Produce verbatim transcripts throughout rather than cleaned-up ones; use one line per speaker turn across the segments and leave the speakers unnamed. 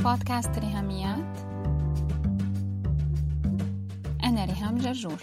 بودكاست ريهاميات. أنا ريهام جرجور.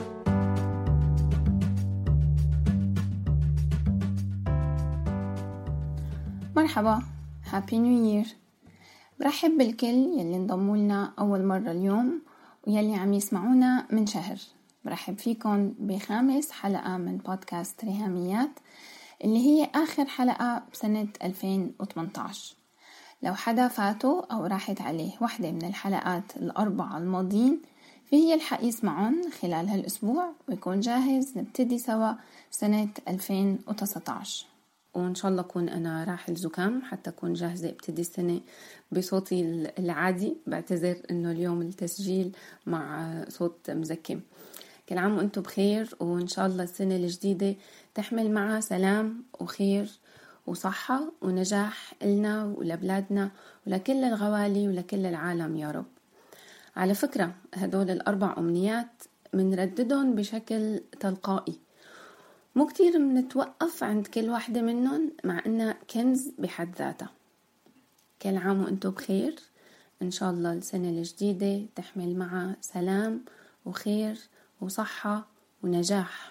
مرحبا، هابي نيو يير. برحب بالكل يلي انضموا لنا أول مرة اليوم ويلي عم يسمعونا من شهر. برحب فيكم بخامس حلقة من بودكاست ريهاميات اللي هي آخر حلقة بسنة ألفين وثمانية عشر. لو حدا فاتوا أو راحت عليه واحدة من الحلقات الأربعة الماضيين فهي الحق يسمعون خلال هالأسبوع ويكون جاهز نبتدي سوا سنة ألفين وتسعة عشر. وإن شاء الله أكون أنا راح الزكام حتى أكون جاهزة ابتدي السنة بصوتي العادي. بعتذر إنه اليوم التسجيل مع صوت مزكم. كل عام وأنتم بخير، وإن شاء الله السنة الجديدة تحمل معها سلام وخير وصحة ونجاح لنا ولبلادنا ولكل الغوالي ولكل العالم يا رب. على فكرة هدول الأربع أمنيات منرددهم بشكل تلقائي، مو كتير منتوقف عند كل واحدة منهم، مع إنها كنز بحد ذاتها. كل عام وأنتم بخير. إن شاء الله السنة الجديدة تحمل معها سلام وخير وصحة ونجاح.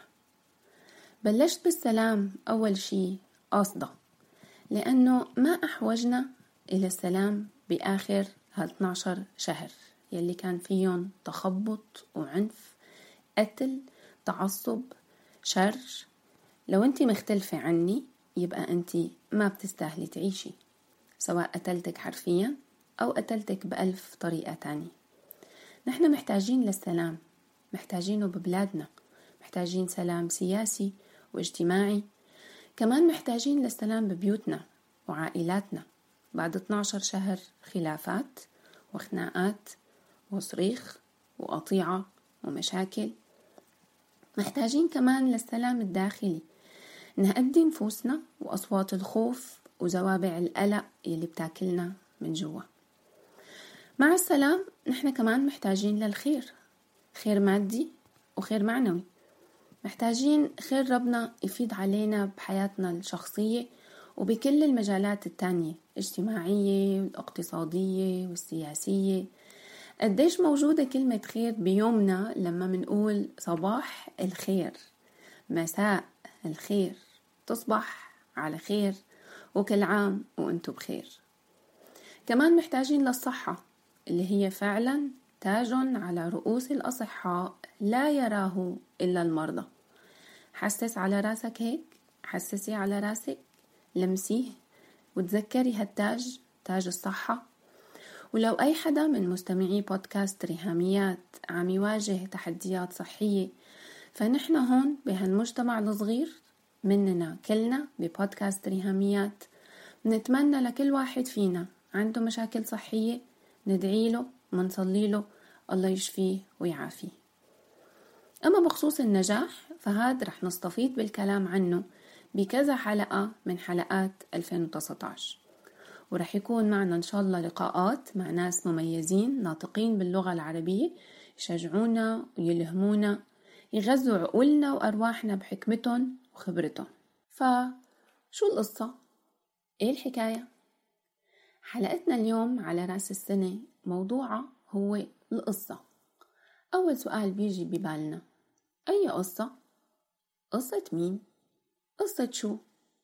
بلشت بالسلام أول شي قاصدة، لأنه ما أحوجنا إلى السلام بآخر هال اثناشر شهر يلي كان فيهم تخبط وعنف، قتل، تعصب، شر. لو أنتي مختلفة عني يبقى أنتي ما بتستاهلي تعيشي، سواء قتلتك حرفيا أو قتلتك بألف طريقة تانية. نحن محتاجين للسلام، محتاجينه ببلادنا، محتاجين سلام سياسي واجتماعي، كمان محتاجين للسلام ببيوتنا وعائلاتنا. بعد اثنا عشر شهر خلافات وخناقات وصريخ وقطيعة ومشاكل، محتاجين كمان للسلام الداخلي، نهدي نفوسنا وأصوات الخوف وزوابع القلق يلي بتاكلنا من جوا. مع السلام نحن كمان محتاجين للخير، خير مادي وخير معنوي. محتاجين خير ربنا يفيد علينا بحياتنا الشخصية وبكل المجالات التانية، الاجتماعية والاقتصادية والسياسية. قديش موجودة كلمة خير بيومنا لما منقول صباح الخير، مساء الخير، تصبح على خير، وكل عام وانتو بخير. كمان محتاجين للصحة اللي هي فعلا تاج على رؤوس الأصحاء لا يراه إلا المرضى. حسس على راسك هيك، حسسي على راسك، لمسيه وتذكري هالتاج، تاج الصحة. ولو أي حدا من مستمعي بودكاست ريهاميات عم يواجه تحديات صحية، فنحن هون بهالمجتمع الصغير مننا كلنا ببودكاست ريهاميات نتمنى لكل واحد فينا عنده مشاكل صحية ندعي له ونصلي له الله يشفيه ويعافيه. أما بخصوص النجاح فهذا رح نستفيد بالكلام عنه بكذا حلقة من حلقات ألفين وتسعة عشر، ورح يكون معنا إن شاء الله لقاءات مع ناس مميزين ناطقين باللغة العربية يشجعونا ويلهمونا، يغذوا عقولنا وأرواحنا بحكمتهم وخبرتهم. فشو القصة؟ إيه الحكاية؟ حلقتنا اليوم على رأس السنة موضوعها هو القصة. أول سؤال بيجي ببالنا، أي قصة؟ قصة مين؟ قصة شو؟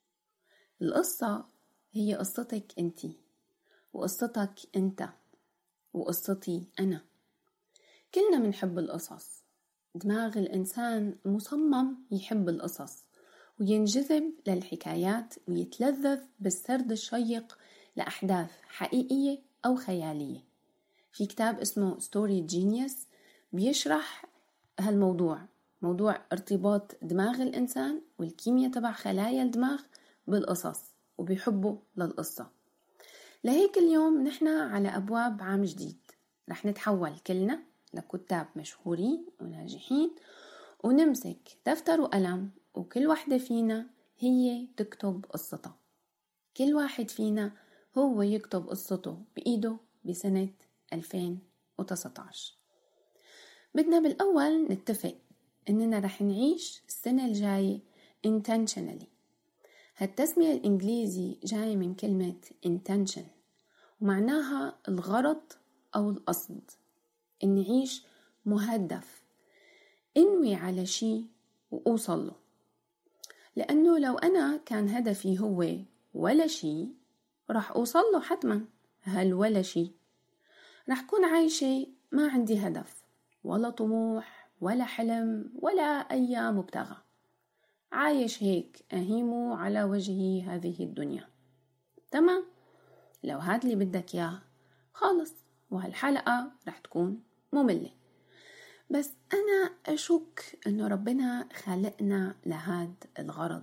القصة هي قصتك أنتي وقصتك أنت وقصتي أنا. كلنا منحب القصص، دماغ الإنسان مصمم يحب القصص وينجذب للحكايات ويتلذذ بالسرد الشيق لأحداث حقيقية أو خيالية. في كتاب اسمه ستوري جينيوس بيشرح هالموضوع، موضوع ارتباط دماغ الإنسان والكيمياء تبع خلايا الدماغ بالقصص، وبيحبوا للقصة. لهيك اليوم نحن على أبواب عام جديد، رح نتحول كلنا لكتاب مشهورين وناجحين، ونمسك دفتر وقلم وكل واحدة فينا هي تكتب قصتها. كل واحد فينا هو يكتب قصته بإيده بسنة ألفين وتسعة عشر. بدنا بالأول نتفق إننا رح نعيش السنة الجاية intentionally. هالتسمية الإنجليزي جاي من كلمة intention، ومعناها الغرض أو القصد، إني أعيش مهدف، إنوي على شيء وأوصل له. لأنه لو أنا كان هدفي هو ولا شيء رح أوصل له حتما، هل ولا شيء رح كون عايشة ما عندي هدف ولا طموح ولا حلم ولا أي مبتغى، عايش هيك أهيمو على وجهي هذه الدنيا. تمام، لو هاد اللي بدك إياه خالص، وهالحلقة رح تكون مملة. بس أنا أشك أنه ربنا خالقنا لهذا الغرض.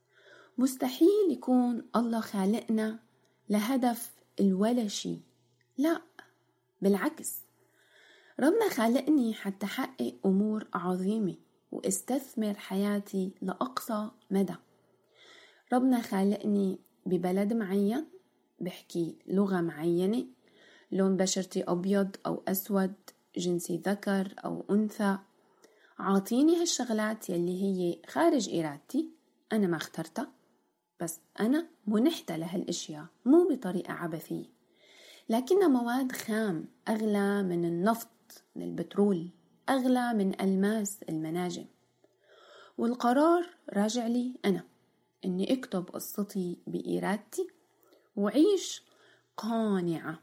مستحيل يكون الله خالقنا لهدف الولا شيء، لا بالعكس، ربنا خالقني حتى أحقق أمور عظيمة واستثمر حياتي لأقصى مدى. ربنا خالقني ببلد معين، بحكي لغة معينة، لون بشرتي أبيض أو أسود، جنسي ذكر أو أنثى. عاطيني هالشغلات يلي هي خارج إرادتي، أنا ما اخترتها، بس أنا منحتة لهالأشياء مو بطريقة عبثية، لكنها مواد خام أغلى من النفط، من البترول، أغلى من ألماس المناجم. والقرار راجع لي أنا، إني أكتب قصتي بإرادتي وعيش قانعة.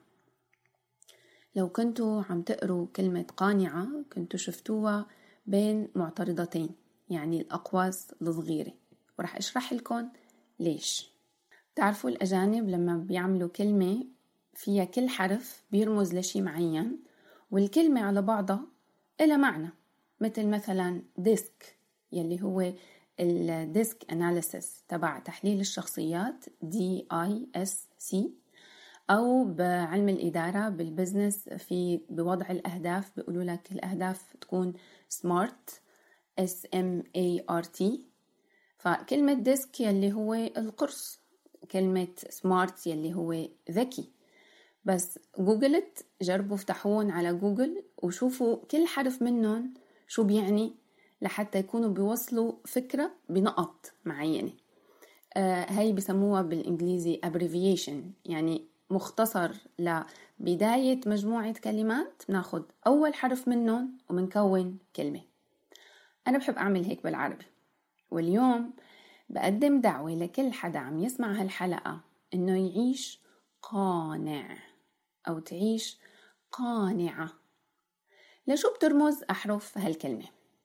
لو كنتوا عم تقروا كلمة قانعة كنتوا شفتوها بين معترضتين، يعني الأقواس الصغيرة، ورح أشرح لكم ليش. تعرفوا الأجانب لما بيعملوا كلمة فيها كل حرف بيرمز لشي معين، والكلمة على بعضها إلى معنى، مثل مثلا ديسك يلي هو الديسك أناليسيس تبع تحليل الشخصيات دي آي إس سي، أو بعلم الإدارة بالبزنس في بوضع الأهداف بيقولوا لك الأهداف تكون سمارت إس إم إيه آر تي. فكلمة ديسك يلي هو القرص، كلمة سمارت يلي هو ذكي. بس جوجلت، جربوا افتحوهم على جوجل وشوفوا كل حرف منهم شو بيعني، لحتى يكونوا بيوصلوا فكرة بنقط معينة. آه هاي بسموها بالإنجليزي abbreviation، يعني مختصر لبداية مجموعة كلمات، بناخد أول حرف منهم ومنكون كلمة. أنا بحب أعمل هيك بالعربي، واليوم بقدم دعوة لكل حدا عم يسمع هالحلقة إنه يعيش قانع أو تعيش قانعة. لشو بترمز أحرف هالكلمة؟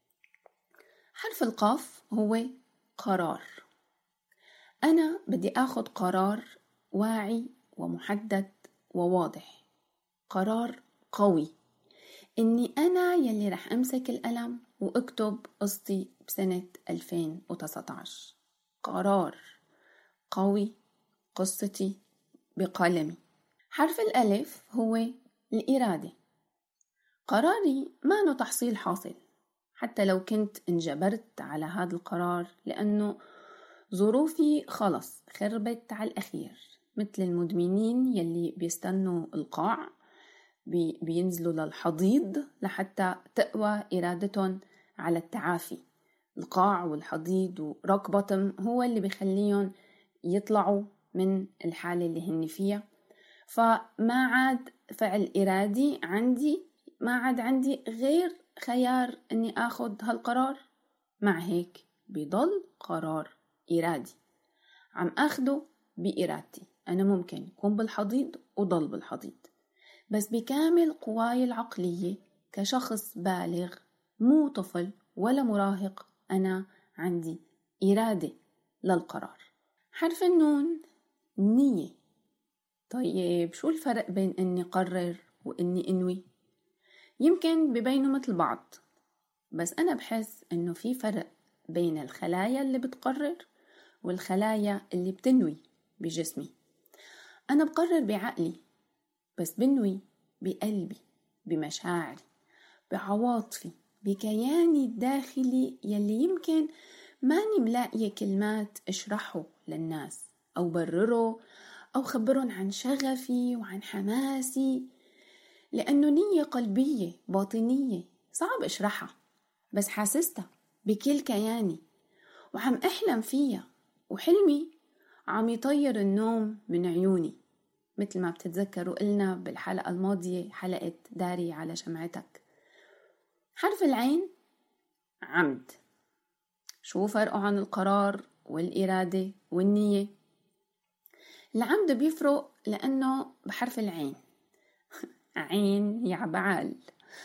حرف القاف هو قرار. أنا بدي أخذ قرار واعي ومحدد وواضح، قرار قوي إني أنا يلي رح أمسك القلم وأكتب قصتي بسنة ألفين وتسعة عشر. قرار قوي، قصتي بقلمي. حرف الألف هو الإرادة. قراري ما نو تحصيل حاصل، حتى لو كنت انجبرت على هذا القرار، لأنه ظروفي خلص خربت على الأخير، مثل المدمنين يلي بيستنوا القاع، بي بينزلوا للحضيض لحتى تقوى إرادتهم على التعافي. القاع والحضيض وروك بوتم هو اللي بيخليهم يطلعوا من الحالة اللي هن فيها. فما عاد فعل إرادي عندي، ما عاد عندي غير خيار أني أخذ هالقرار. مع هيك بيضل قرار إرادي عم أخده بإرادتي. أنا ممكن يكون بالحضيض وضل بالحضيض، بس بكامل قواي العقلية كشخص بالغ، مو طفل ولا مراهق. أنا عندي إرادة للقرار. حرف النون نية. طيب شو الفرق بين إني قرر وإني إنوي؟ يمكن ببينوا مثل بعض، بس أنا بحس إنه في فرق بين الخلايا اللي بتقرر والخلايا اللي بتنوي بجسمي. أنا بقرر بعقلي، بس بنوي بقلبي، بمشاعري، بعواطفي، بكياني الداخلي يلي يمكن ماني ملاقية كلمات اشرحه للناس أو برره أو خبرهم عن شغفي وعن حماسي، لأنه نية قلبية باطنية صعب اشرحها، بس حاسستها بكل كياني وعم أحلم فيها، وحلمي عم يطير النوم من عيوني. مثل ما بتتذكروا قلنا بالحلقة الماضية حلقة داري على شمعتك. حرف العين عمد. شو فرقه عن القرار والإرادة والنية؟ العمد بيفرق لأنه بحرف العين عين يعبعال،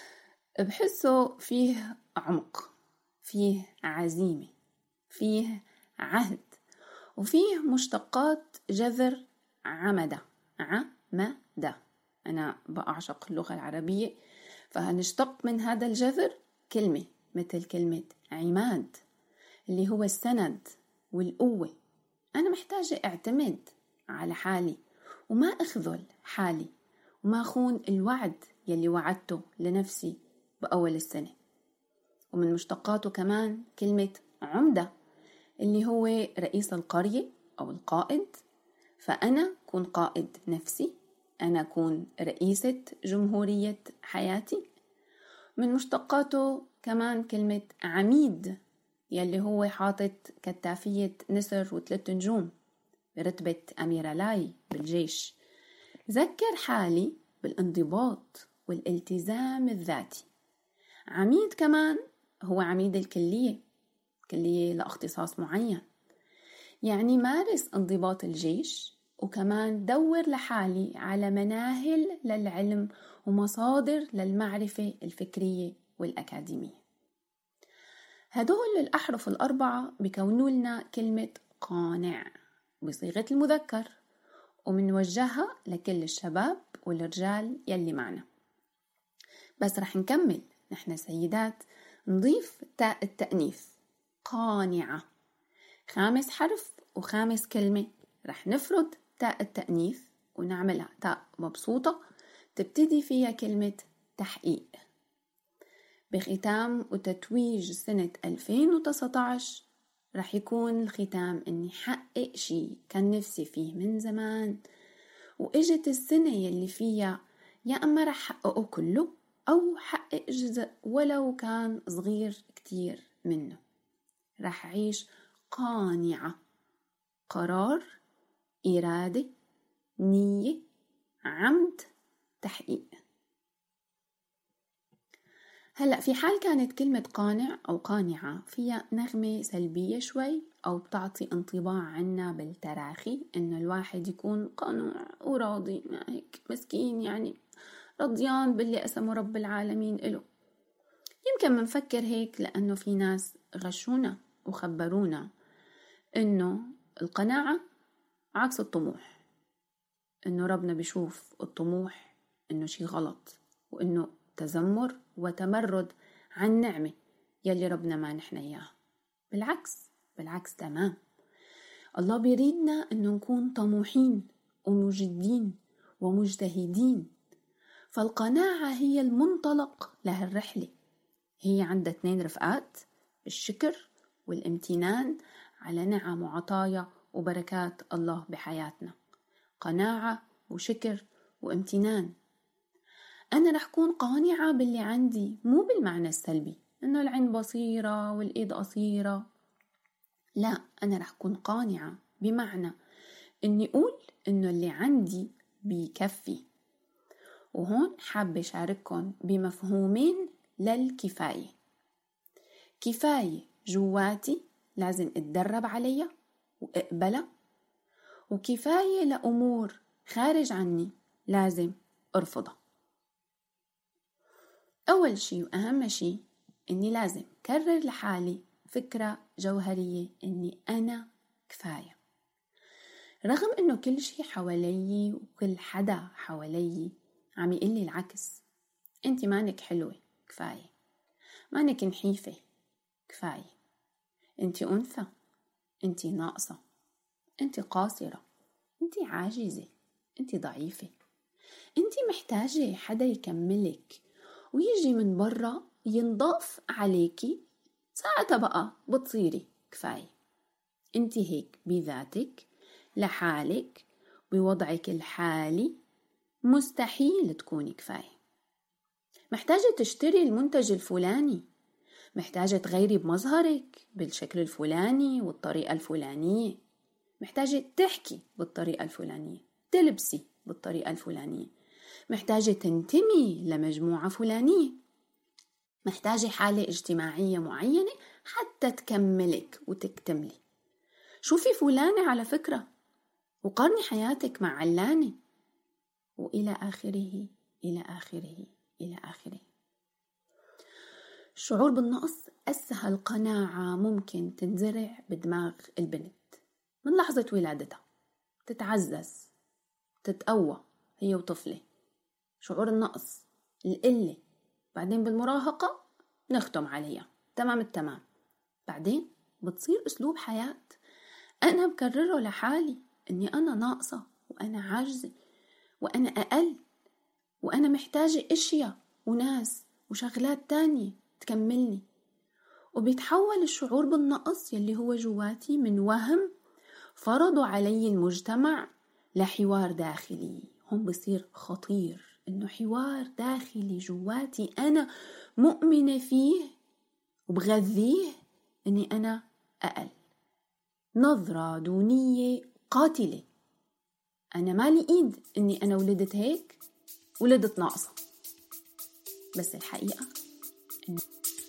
بحسه فيه عمق، فيه عزيمة، فيه عهد، وفيه مشتقات جذر عمدة عمدة. أنا بعشق اللغة العربية، فهنشتق من هذا الجذر كلمة مثل كلمة عماد اللي هو السند والقوة. أنا محتاجة اعتمد على حالي وما أخذل حالي وما أخون الوعد يلي وعدته لنفسي بأول السنة. ومن مشتقاته كمان كلمة عمدة اللي هو رئيس القرية أو القائد، فأنا كون قائد نفسي، أنا كون رئيسة جمهورية حياتي. من مشتقاته كمان كلمة عميد يلي هو حاطط كتافية نسر وثلاث نجوم برتبة أميرة لاي بالجيش. ذكر حالي بالانضباط والالتزام الذاتي. عميد كمان هو عميد الكلية، كلية لاختصاص معين، يعني مارس انضباط الجيش وكمان دور لحالي على مناهل للعلم ومصادر للمعرفة الفكرية والأكاديمية. هدول الأحرف الأربعة بيكونوا لنا كلمة قانع بصيغة المذكر، ومنوجهها لكل الشباب والرجال يلي معنا. بس رح نكمل نحن سيدات نضيف تاء التأنيث قانعة، خامس حرف وخامس كلمة رح نفرد تاء التأنيث ونعملها تاء مبسوطة تبتدي فيها كلمة تحقيق. بختام وتتويج سنة ألفين وتسعة عشر رح يكون الختام اني حقق شي كان نفسي فيه من زمان، واجت السنة يلي فيها يا اما رح حققه كله او حقق جزء ولو كان صغير كتير منه. رح أعيش قانعة، قرار، إرادة، نية، عمد، تحقيق. هلأ في حال كانت كلمة قانع أو قانعة فيها نغمة سلبية شوي أو بتعطي انطباع عنا بالتراخي إنه الواحد يكون قانع وراضي، هيك مسكين يعني رضيان باللي قسمه رب العالمين إله. يمكن منفكر هيك لأنه في ناس غشونا وخبرونا إنه القناعة عكس الطموح، إنه ربنا بيشوف الطموح إنه شي غلط، وإنه تذمر وتمرد عن نعمة يلي ربنا ما نحن إياها. بالعكس بالعكس تمام، الله بيريدنا إنه نكون طموحين ومجدين ومجتهدين. فالقناعة هي المنطلق لهالرحلة. هي عندها اثنين رفقات، الشكر والامتنان على نعم وعطايا وبركات الله بحياتنا. قناعة وشكر وامتنان. أنا رح كون قانعة باللي عندي، مو بالمعنى السلبي إنه العين بصيرة والإيد قصيرة، لا، أنا رح كون قانعة بمعنى إني أقول إنه اللي عندي بيكفي. وهون حابة أشارككم بمفهومين للكفاية. كفاية جواتي لازم أتدرب عليها وأقبلها، وكفاية لأمور خارج عني لازم أرفضها. أول شي وأهم شي إني لازم كرر لحالي فكرة جوهرية إني أنا كفاية، رغم إنه كل شي حوالي وكل حدا حوالي عم يقلي العكس. أنت مانك حلوة كفاية، مانك نحيفة كفاية، أنت أنثى، أنت ناقصة، أنت قاصرة، أنت عاجزة، أنت ضعيفة، أنت محتاجة حدا يكملك ويجي من برا ينضاف عليكي، ساعتها بقى بتصيري كفاية. أنت هيك بذاتك لحالك بوضعك الحالي مستحيل تكوني كفاية. محتاجة تشتري المنتج الفلاني، محتاجة تغيري بمظهرك بالشكل الفلاني والطريقة الفلانية، محتاجة تحكي بالطريقة الفلانية،
تلبسي بالطريقة الفلانية، محتاجة تنتمي لمجموعة فلانية، محتاجة حالة اجتماعية معينة حتى تكملك وتكتملي. شوفي فلانة على فكرة وقارني حياتك مع علانة، وإلى آخره إلى آخره إلى آخره. الشعور بالنقص أسهل قناعة ممكن تنزرع بدماغ البنت من لحظة ولادتها، تتعزز تتقوى هي وطفلة. شعور النقص، القلة، بعدين بالمراهقة نختم عليها تمام التمام. بعدين بتصير أسلوب حياة أنا بكرره لحالي إني أنا ناقصة وأنا عاجزة وأنا أقل وأنا محتاجة أشياء وناس وشغلات تانية تكملني. وبيتحول الشعور بالنقص يلي هو جواتي من وهم فرضوا علي المجتمع لحوار داخلي. هم بصير خطير إنه حوار داخلي جواتي أنا مؤمنة فيه وبغذيه إني أنا أقل. نظرة دونية قاتلة، أنا مالي إيد إني أنا ولدت هيك، ولدت ناقصة. بس الحقيقة إن...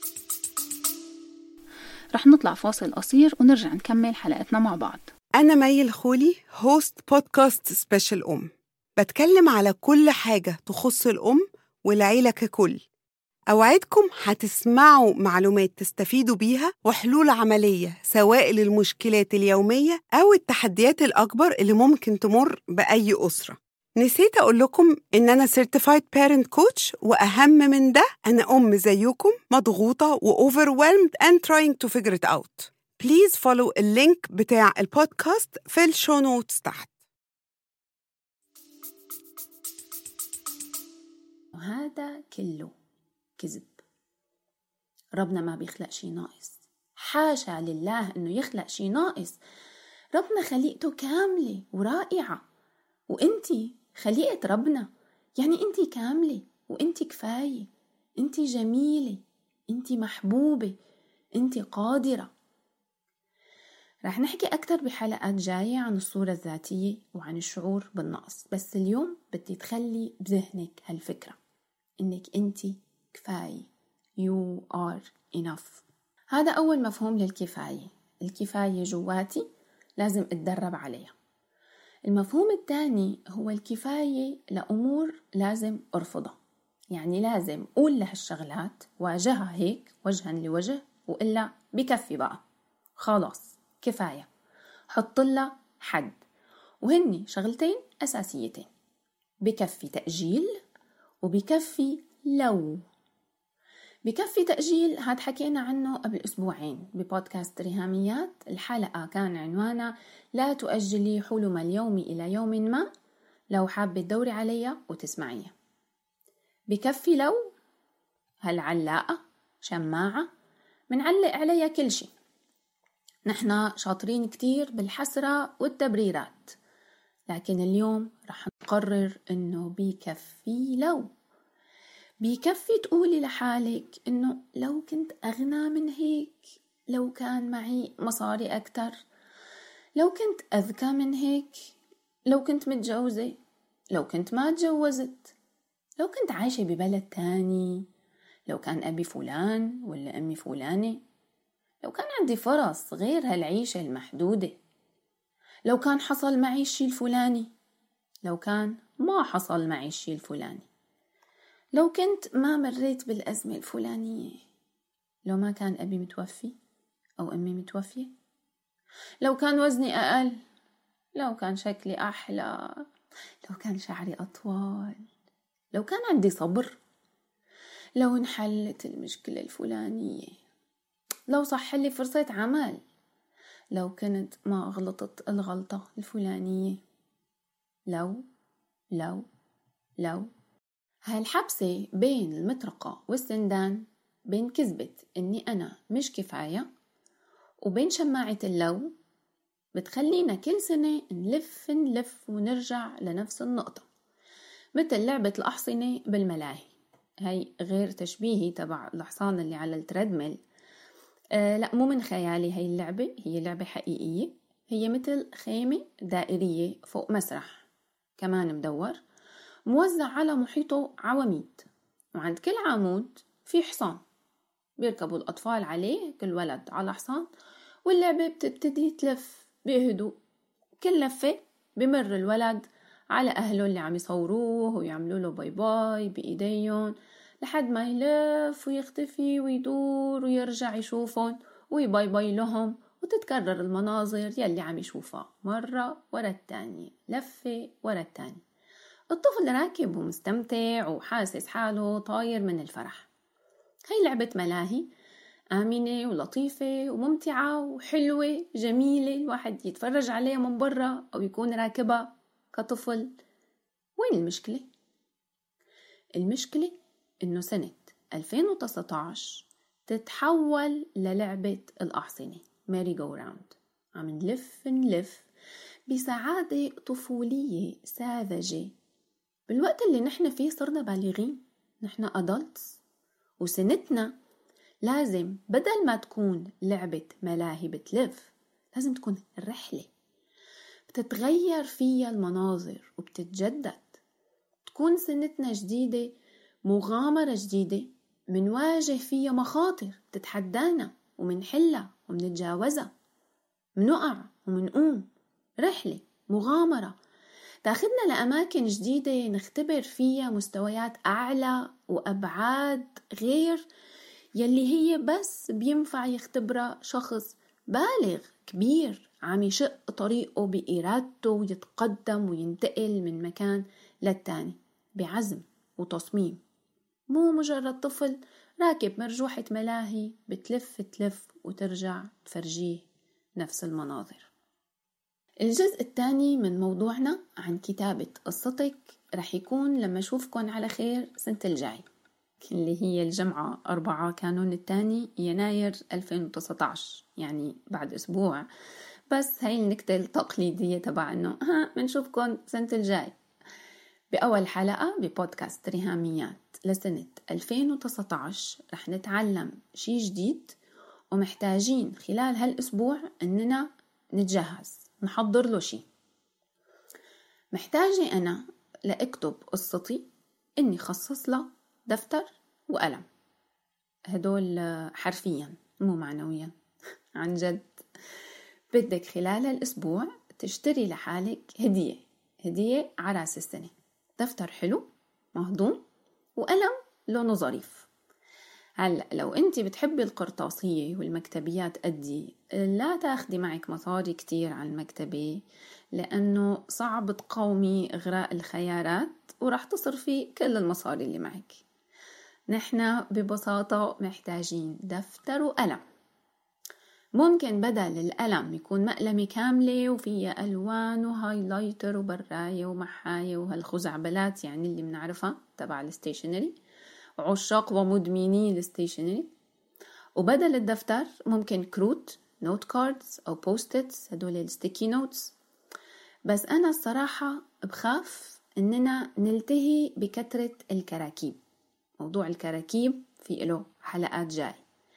رح نطلع فاصل قصير ونرجع نكمل حلقتنا مع بعض.
أنا مي الخولي، هوست بودكاست سبيشال أم، بتكلم على كل حاجة تخص الأم والعيلة ككل. أوعدكم هتسمعوا معلومات تستفيدوا بيها وحلول عملية سواء للمشكلات اليومية أو التحديات الأكبر اللي ممكن تمر بأي أسرة. نسيت أقول لكم إن أنا Certified Parent Coach، وأهم من ده أنا أم زيكم مضغوطة و overwhelmed and trying to figure it out. Please follow اللينك بتاع البودكاست في الشو نوتس تحت.
وهذا كله كذب. ربنا ما بيخلق شي ناقص، حاشا لله إنه يخلق شي ناقص. ربنا خليقته كاملة ورائعة، وإنتي خليقة ربنا، يعني إنتي كاملة وإنتي كفاية، إنتي جميلة، إنتي محبوبة، إنتي قادرة. رح نحكي أكتر بحلقات جاية عن الصورة الذاتية وعن الشعور بالنقص، بس اليوم بدي تخلي بذهنك هالفكرة إنك إنتي كفاية. You are enough. هذا أول مفهوم للكفاية. الكفاية جواتي لازم أتدرب عليها. المفهوم الثاني هو الكفاية لأمور لازم أرفضها، يعني لازم أقول لها الشغلات واجهها هيك وجها لوجه وإلا بكفي بقى خلاص كفاية. حط لها حد، وهني شغلتين أساسيتين، بكفي تأجيل وبكفي لو. بكفي تأجيل هاد حكينا عنه قبل أسبوعين ببودكاست ريهاميات. الحلقة كان عنوانها لا تؤجلي حلم اليوم إلى يوم ما، لو حابة تدوري عليها وتسمعيها. بكفي لو هالعلاقة شماعة منعلق عليها كل شيء. نحنا شاطرين كتير بالحسرة والتبريرات، لكن اليوم رح نقرر إنه بكفي لو. بيكفي تقولي لحالك إنه لو كنت أغنى من هيك، لو كان معي مصاري أكتر، لو كنت أذكى من هيك، لو كنت متجوزة، لو كنت ما تجوزت، لو كنت عايشة ببلد تاني، لو كان أبي فلان ولا أمي فلانة، لو كان عندي فرص غير هالعيشة المحدودة، لو كان حصل معي الشي الفلاني، لو كان ما حصل معي الشي الفلاني، لو كنت ما مريت بالأزمة الفلانية، لو ما كان أبي متوفي أو أمي متوفية، لو كان وزني أقل، لو كان شكلي أحلى، لو كان شعري أطول، لو كان عندي صبر، لو انحلت المشكلة الفلانية، لو صح لي فرصة عمل، لو كنت ما غلطت الغلطة الفلانية. لو لو لو هالحبسة بين المطرقة والسندان، بين كذبة إني أنا مش كفاية وبين شماعة اللو، بتخلينا كل سنة نلف نلف ونرجع لنفس النقطة، مثل لعبة الأحصنة بالملاهي. هاي غير تشبيهي تبع الحصان اللي على التريدميل، آه لا مو من خيالي، هاي اللعبة هي لعبة حقيقية. هي مثل خيمة دائرية فوق مسرح، كمان مدور موزع على محيطه عواميد، وعند كل عمود في حصان بيركبوا الأطفال عليه، كل ولد على حصان، واللعبة بتبتدي تلف بهدوء. كل لفة بمر الولد على أهله اللي عم يصوروه ويعملوا له باي باي بإيديهم لحد ما يلف ويختفي ويدور ويرجع يشوفهم ويباي باي لهم، وتتكرر المناظر يلي عم يشوفها مرة ورا التانية، لفة ورا التانية. الطفل راكب ومستمتع وحاسس حاله طاير من الفرح. هاي لعبة ملاهي آمنة ولطيفة وممتعة وحلوة جميلة، الواحد يتفرج عليها من برا أو يكون راكبها كطفل. وين المشكلة؟ المشكلة إنه سنة ألفين وتسعة عشر تتحول للعبة الأحصنة ميري جو راوند، عم نلف نلف بسعادة طفولية ساذجة بالوقت اللي نحن فيه صرنا بالغين، نحن أدلتس، وسنتنا لازم بدل ما تكون لعبة ملاهي بتلف لازم تكون رحلة بتتغير فيها المناظر وبتتجدد. تكون سنتنا جديدة، مغامرة جديدة منواجه فيها مخاطر تتحدانا ومنحلها ومنتجاوزها، منقع ومنقوم. رحلة مغامرة تاخدنا لأماكن جديدة نختبر فيها مستويات أعلى وأبعاد غير يلي هي بس بينفع يختبرها شخص بالغ كبير عم يشق طريقه بإرادته ويتقدم وينتقل من مكان للتاني بعزم وتصميم، مو مجرد طفل راكب مرجوحة ملاهي بتلف تلف وترجع تفرجيه نفس المناظر. الجزء الثاني من موضوعنا عن كتابة قصتك رح يكون لما أشوفكن على خير سنة الجاي، اللي هي الجمعة أربعة كانون الثاني يناير ألفين وتسعة عشر، يعني بعد أسبوع. بس هاي النكتة التقليدية تبع إنه ها منشوفكن سنة الجاي بأول حلقة ببودكاست ريهاميات لسنة ألفين وتسعة عشر. رح نتعلم شي جديد ومحتاجين خلال هالأسبوع إننا نتجهز نحضر له شي. محتاجة أنا لأكتب قصتي إني خصص له دفتر وقلم، هدول حرفيا مو معنويا عن جد. بدك خلال الأسبوع تشتري لحالك هدية هدية عراس السنة، دفتر حلو مهضوم وقلم لونه ظريف. هلأ لو انت بتحبي القرطاسية والمكتبيات قدي، لا تاخدي معك مصاري كتير على المكتبة لأنه صعب تقاومي إغراء الخيارات ورح تصرفي كل المصاري اللي معك. نحن ببساطة محتاجين دفتر وقلم. ممكن بدل القلم يكون مقلمة كاملة وفيها ألوان وهايلايتر وبراية ومحاية وهالخزعبلات يعني اللي بنعرفها تبع الستيشنري وعشاق ومدمنين الستيشنري. وبدل الدفتر ممكن كروت، نوت كاردز أو بوستيتس، هدول الستيكي نوتس. بس أنا الصراحة بخاف إننا نلتهي بكثرة الكراكيب. موضوع الكراكيب في له حلقات جاي،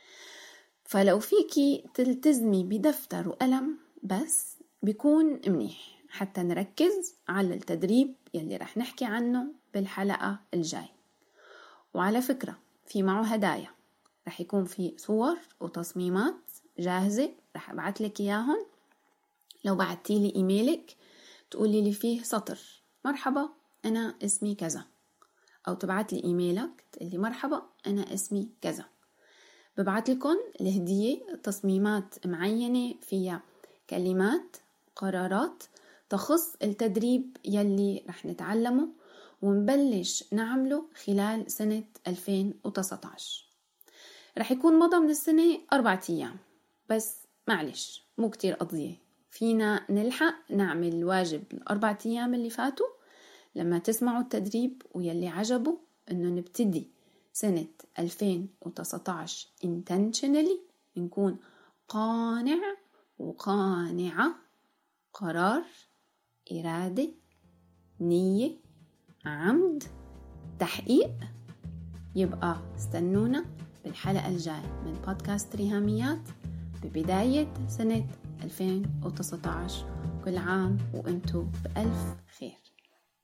فلو فيكي تلتزمي بدفتر وقلم بس بيكون منيح حتى نركز على التدريب يلي رح نحكي عنه بالحلقة الجاي. وعلى فكرة في معه هدايا، رح يكون في صور وتصميمات جاهزة رح أبعت لك إياهن. لو بعتي لي إيميلك تقولي لي فيه سطر مرحبا أنا اسمي كذا، أو تبعت لي إيميلك تقولي مرحبا أنا اسمي كذا، ببعت لكم الهدية تصميمات معينة فيها كلمات قرارات تخص التدريب يلي رح نتعلمه ونبلش نعمله خلال سنة ألفين وتسعة عشر. رح يكون مضى من السنة أربعة أيام بس، معلش مو كتير قضية، فينا نلحق نعمل الواجب الأربعة أيام اللي فاتوا لما تسمعوا التدريب ويلي عجبه إنه نبتدي سنة ألفين وتسعة عشر intentionally، نكون قانع وقانعة، قرار، إرادة، نية، عمد، تحقيق. يبقى استنونا بالحلقة الجاية من بودكاست ريهاميات ببداية سنة ألفين وتسعة عشر. كل عام وانتو بألف خير.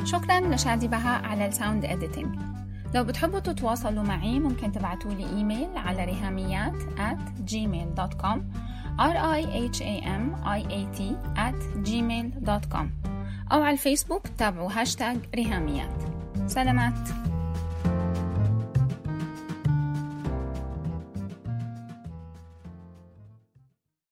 شكرا لشادي بهاء على الساوند إديتينج. لو بتحبوا تتواصلوا معي ممكن تبعتوا لي إيميل على ريهاميات at جيميل دوت كوم r i h a m i a t at جيميل دوت كوم أو على الفيسبوك تابعوا هاشتاج ريهاميات. سلامات.